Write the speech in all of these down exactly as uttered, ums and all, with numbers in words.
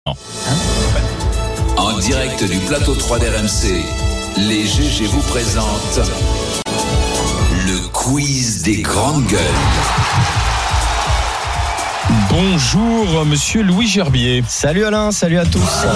Non. En direct du plateau trois d'R M C, les G G vous présentent le quiz des grandes gueules. Bonjour Monsieur Louis Gerbier. Salut Alain, salut à tous.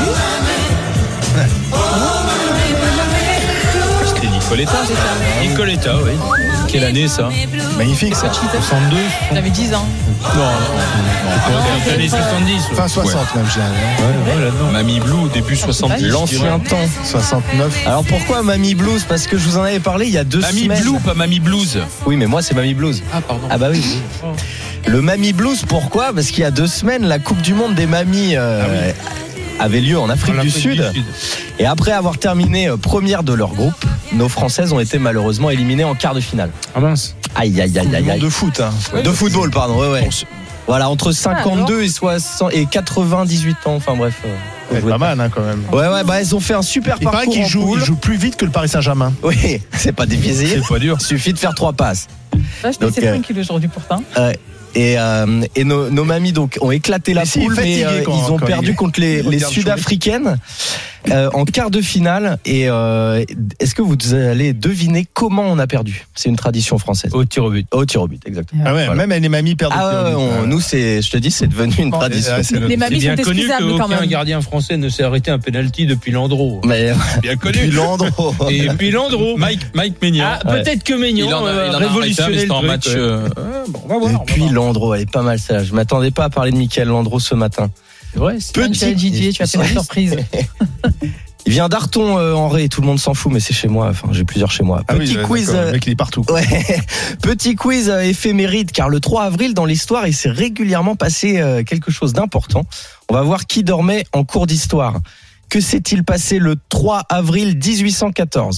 C'était Nicoletta, c'est ça Nicoletta, oui. Quelle année ça? Magnifique ça. soixante-deux. J'avais dix ans. Non, non, non. C'est les années soixante-dix. Fin soixante ouais. Même, j'ai ouais, ouais, non. Mamie Blue, début soixante-dix. L'ancien temps. soixante-neuf. Alors pourquoi Mamie Blues? Parce que je vous en avais parlé il y a deux Mamie semaines. Mamie Blue, pas Mamie Blues. Oui, mais moi c'est Mamie Blues. Ah, pardon. Ah bah oui. Le Mamie Blues, pourquoi? Parce qu'il y a deux semaines, la Coupe du Monde des mamies euh, ah oui. avait lieu en Afrique, en du, Afrique Sud. du Sud. Et après avoir terminé première de leur groupe, nos Françaises ont été malheureusement éliminées en quart de finale. Ah mince. Aïe, aïe, aïe, aïe. aïe. De foot, hein. Ouais, de football, pardon. Ouais, ouais. Voilà, entre cinquante-deux et soixante et quatre-vingt-dix-huit ans. Enfin bref. Euh, pas mal, hein, quand même. Ouais, ouais, bah elles ont fait un super Il parcours. paraît qu'ils jouent, ils jouent plus vite que le Paris Saint-Germain. Oui, c'est pas difficile. C'est pas dur. Il suffit de faire trois passes. Là, je suis euh, tranquille aujourd'hui pourtant. Euh, Et, euh, et nos, nos mamies donc ont éclaté la mais poule, mais euh, quand, ils ont perdu il, contre les, les Sud-Africaines euh, en quart de finale. Et euh, est-ce que vous allez deviner comment on a perdu? C'est une tradition française. Au tir au but. Au tir au but, exactement. Ah ouais, voilà. Même les mamies perdent. Ah ouais, on, on, nous c'est, je te dis, c'est devenu une tradition. Ouais, c'est les, les mamies c'est bien sont connu quand même. Aucun gardien français ne s'est arrêté un penalty depuis Landreau. Mais bien connu. Depuis Landreau. Et puis Landreau. Mike, Mike Maignan. Ah, ouais. Peut-être que Maignan il en a, euh, il en a révolutionné arrêté, le en truc, match. Ouais. Euh... Bon, on va voir. Et puis Landreau, elle est pas mal ça. Je m'attendais pas à parler de Mickaël Landreau ce matin. C'est vrai. C'est Petit Didier, tu as fait une surprise. Il vient d'Arton euh, en Ré, tout le monde s'en fout, mais c'est chez moi. Enfin, j'ai plusieurs chez moi. Ah Petit oui, quiz. Le mec, il est partout. Ouais. Petit quiz euh, éphéméride, car le trois avril dans l'histoire, il s'est régulièrement passé euh, quelque chose d'important. On va voir qui dormait en cours d'histoire. Que s'est-il passé le trois avril dix-huit cent quatorze?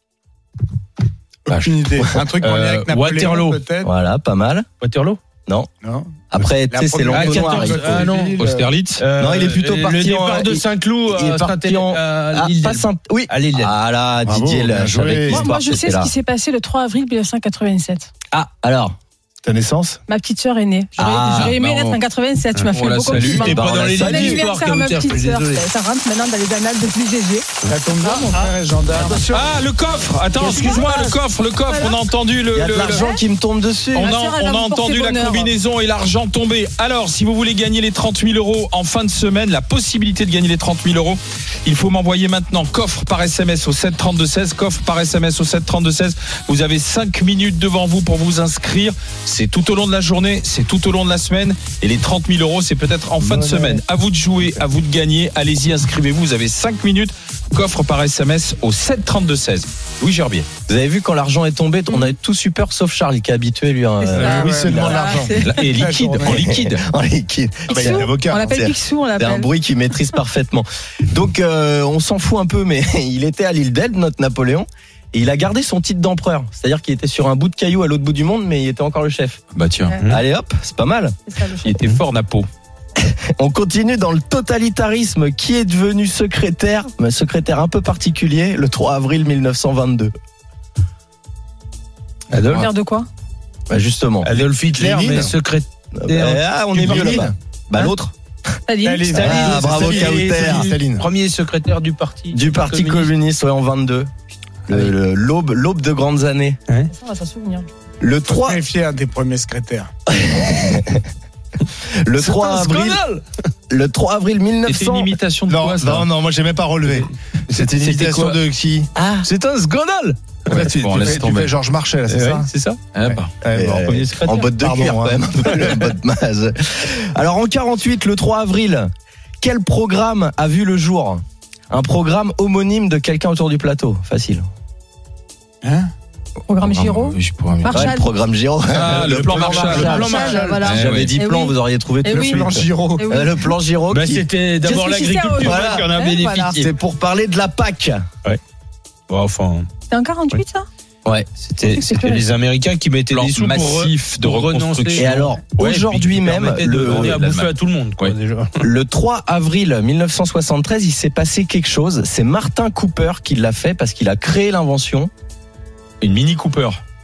Aucune idée. Un truc en lien Euh, avec Napoléon, Waterloo. peut-être. Voilà, pas mal. Waterloo. Non. Non. Après, tu sais, c'est première- l'entonnoir. Ah, il- quatorze, Ah non. Austerlitz. Euh, Non, il est plutôt le parti départ en- de il- Saint-Cloud il est à parti en- à Ah, l'île pas d'Elbe. Saint... Oui. À l'île d'Elbe. Ah là, Bravo, Didier, bien là, joué. avec Moi, l'histoire, moi, je sais c'était ce là. qui s'est passé le trois avril mille neuf cent quatre-vingt-sept. Ah, alors. Ta naissance? Ma petite sœur est née. J'aurais, Ah, j'aurais aimé bah, naître on- en quatre-vingt-sept. Tu m'as fait on un la beau salue. compliment. T'es Bah, pas on dans la les salue. Bon livres d'histoire, anniversaire à ma Kauter, je petite suis sœur. désolé. Ça rentre maintenant dans les annales depuis G G. Ça tombe bien, mon frère est gendarme. Ah, le coffre. Attends, excuse-moi, le coffre, le coffre. On a entendu le. Il y a de le- l'argent qui me tombe dessus. On Ma a, sœur, elle on va a vous porter entendu la bonheur. combinaison et l'argent tomber. Alors, si vous voulez gagner les trente mille euros en fin de semaine, la possibilité de gagner les trente mille euros, il faut m'envoyer maintenant coffre par S M S au sept trente-deux seize. Coffre par S M S au sept trente-deux seize. Vous avez cinq minutes devant vous pour vous inscrire. C'est tout au long de la journée, c'est tout au long de la semaine. Et les trente mille euros, c'est peut-être en fin de semaine. À vous de jouer, à vous de gagner. Allez-y, inscrivez-vous. Vous avez cinq minutes. Coffre par S M S au sept trente-deux seize. Louis Gerbier. Vous avez vu quand l'argent est tombé, on a tout super sauf Charles qui est habitué lui. Hein, C'est ça, euh, Oui, ouais. seulement Voilà, l'argent. c'est- Et liquide, en liquide. en liquide. Ah bah, il y a un avocat. On l'appelle C'est- Picsou, on C'est un l'appelle. bruit qu'il maîtrise parfaitement. Donc euh, on s'en fout un peu, mais il était à l'île d'Elbe, notre Napoléon, et il a gardé son titre d'empereur. C'est-à-dire qu'il était sur un bout de caillou à l'autre bout du monde, mais il était encore le chef. Bah tiens. Ouais. Allez hop, c'est pas mal. C'est ça, le Il chef. était fort, Napo. On continue dans le totalitarisme. Qui est devenu secrétaire, un secrétaire un peu particulier, le trois avril mille neuf cent vingt-deux? Adolphe. Faire de quoi? Bah justement. Adolf Hitler, Lénine. mais secrétaire. Ah, on est mieux Staline. là-bas. Bah Hein l'autre, Staline. Staline. Ah, bravo, Staline. Kauter. Staline. Premier secrétaire du parti. du parti communiste, ouais, en vingt-deux. Le- le- L'aube, l'aube de grandes années. Ça, on va s'en souvenir. Le trois, Très fier des premiers secrétaires. le trois avril, le trois avril mille neuf C'était une cents. imitation de Non, quoi, ça? non, non, moi j'ai même pas relevé. C'était une C'était imitation quoi de qui? Ah, C'est un scandale. Là, tu, bon, tu laisse fais, tu tomber. fais Georges Marchais, là, c'est Ouais, ça? c'est ça. Ah bah. Ouais, bon. Euh, Premier secrétaire. en botte de Pardon, cuir hein. quand même, un peu, le botte mage. Alors en quarante-huit, le trois avril, quel programme a vu le jour? Un programme homonyme de quelqu'un autour du plateau. Facile. Programme Giraud. Je pourrais- Ouais, Marshall. le programme Giraud. Ah, le plan Marshall. Le plan Marshall. Marshall, voilà. Eh J'avais oui. dit Eh plan, oui. vous auriez trouvé Eh tout de oui. suite. Plan Giraud. Eh oui. Euh, Le plan Giraud. Bah, qui- c'était d'abord Je réfléchissais l'agriculture à- qui en a Ouais, bénéficié. voilà. C'est pour parler de la P A C. Bon, enfin, C'était en quarante-huit, ça? Ouais. c'était, C'est c'était clair. les Américains qui mettaient Plan des sous pour, massif de pour reconstruction. renoncer. Et alors, Ouais, aujourd'hui puis qui même, permettait de le, donner à l'Allemagne. bouffer à tout le monde, quoi, Ouais. déjà. le trois avril mille neuf cent soixante-treize, il s'est passé quelque chose. C'est Martin Cooper qui l'a fait parce qu'il a créé l'invention. Une Mini Cooper.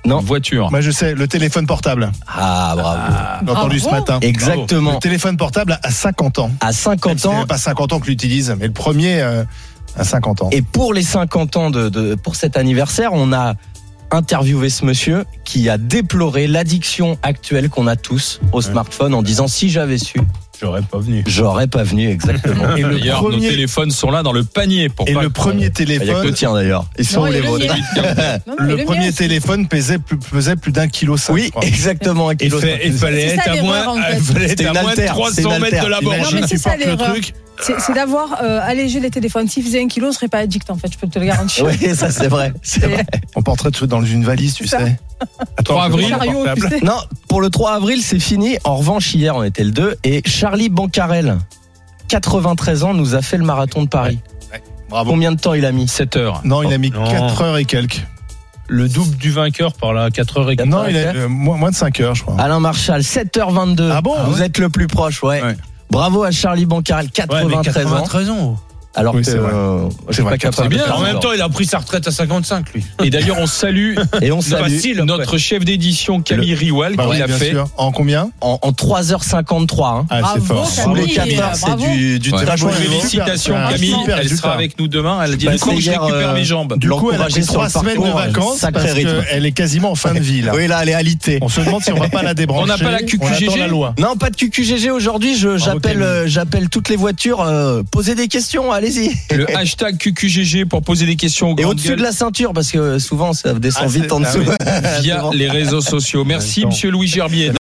Non. Une voiture. Moi, je sais, le téléphone portable. Ah, bravo. J'ai entendu ce Bravo. matin. Exactement. Le téléphone portable à cinquante ans. À Même cinquante si ans. c'est pas cinquante ans que l'utilise, mais le premier euh, à cinquante ans. Et pour les cinquante ans de, de pour cet anniversaire, on a interviewé ce monsieur qui a déploré l'addiction actuelle qu'on a tous au smartphone en disant si j'avais su, J'aurais pas venu. j'aurais pas venu exactement. Et le D'ailleurs, nos premier, téléphones sont là dans le panier pour et pas le que- premier Il y a que le téléphone, tien d'ailleurs. Ils sont Non, où il y les a le vôtres mien. Non, mais le mien premier aussi. téléphone pesait plus, pesait plus d'un kilo cinq. Oui, exactement. Un Il, kilo. fait- il fallait C'est être ça, à moins, l'erreur, en fait. il fallait C'était être une à moins de altère, trois c'est une cents mètres de la altère. borne. Non, mais c'est tu ça, portes le l'erreur. truc. C'est c'est d'avoir euh, allégé les téléphones. S'ils faisaient un kilo, on serait pas addict en fait, je peux te le garantir. Oui, ça c'est vrai. C'est C'est- vrai. On porterait tout dans une valise, tu C'est ça. sais. trois avril. Chariot, tu sais. Non, pour le trois avril, c'est fini. En revanche, hier, on était le deux et Charlie Bancarel, quatre-vingt-treize ans, nous a fait le marathon de Paris. Bravo. Combien de temps il a mis? sept heures. Non, il a mis Non. quatre heures et quelques. Le double du vainqueur par là, quatre heures et quelques. Non, il a euh, moins, moins de cinq heures, je crois. Alain Marchal, sept heures vingt-deux. Ah bon? Vous êtes le plus proche, ouais. Ouais. Bravo à Charlie Bancarel, Ouais, mais quatre-vingt-treize ans. quatre-vingt-treize ans. Alors Oui, que c'est vrai. euh, je C'est suis vrai, pas capable c'est de bien. faire En ce même genre. temps, il a pris sa retraite à cinquante-cinq, lui. Et d'ailleurs, on salue Et on salue Facile, après. notre chef d'édition Camille Riwal Bah qui oui, l'a bien fait. sûr. En combien? en, en trois heures cinquante-trois. Hein. Ah, c'est Bravo, fort. Camille. Sous les Oui, quatre heures, euh, c'est bravo. du, du Ouais. très bon Franchement, niveau. Félicitations super, Camille, super elle résultat. sera avec nous demain. Elle a dit Bah, du coup, c'est je hier, récupère euh, mes jambes. Du coup, elle a l'encourager pris sur trois le semaines de parcours, euh, vacances sacré parce rythme. qu'elle est quasiment en fin de vie, là. Oui, là, elle est alitée. On se demande si on va pas la débrancher. On n'a pas la Q Q On G G? attend la loi. Non, pas de Q Q G G aujourd'hui. Je, j'appelle, Camille. euh, j'appelle toutes les voitures. Euh, posez des questions, allez-y. Le hashtag Q Q G G pour poser des questions aux Et grandes au-dessus gueules de la ceinture, parce que souvent ça descend Ah, vite c'est- en ah dessous. oui. via les réseaux sociaux. Merci, Attends. monsieur Louis Gerbier.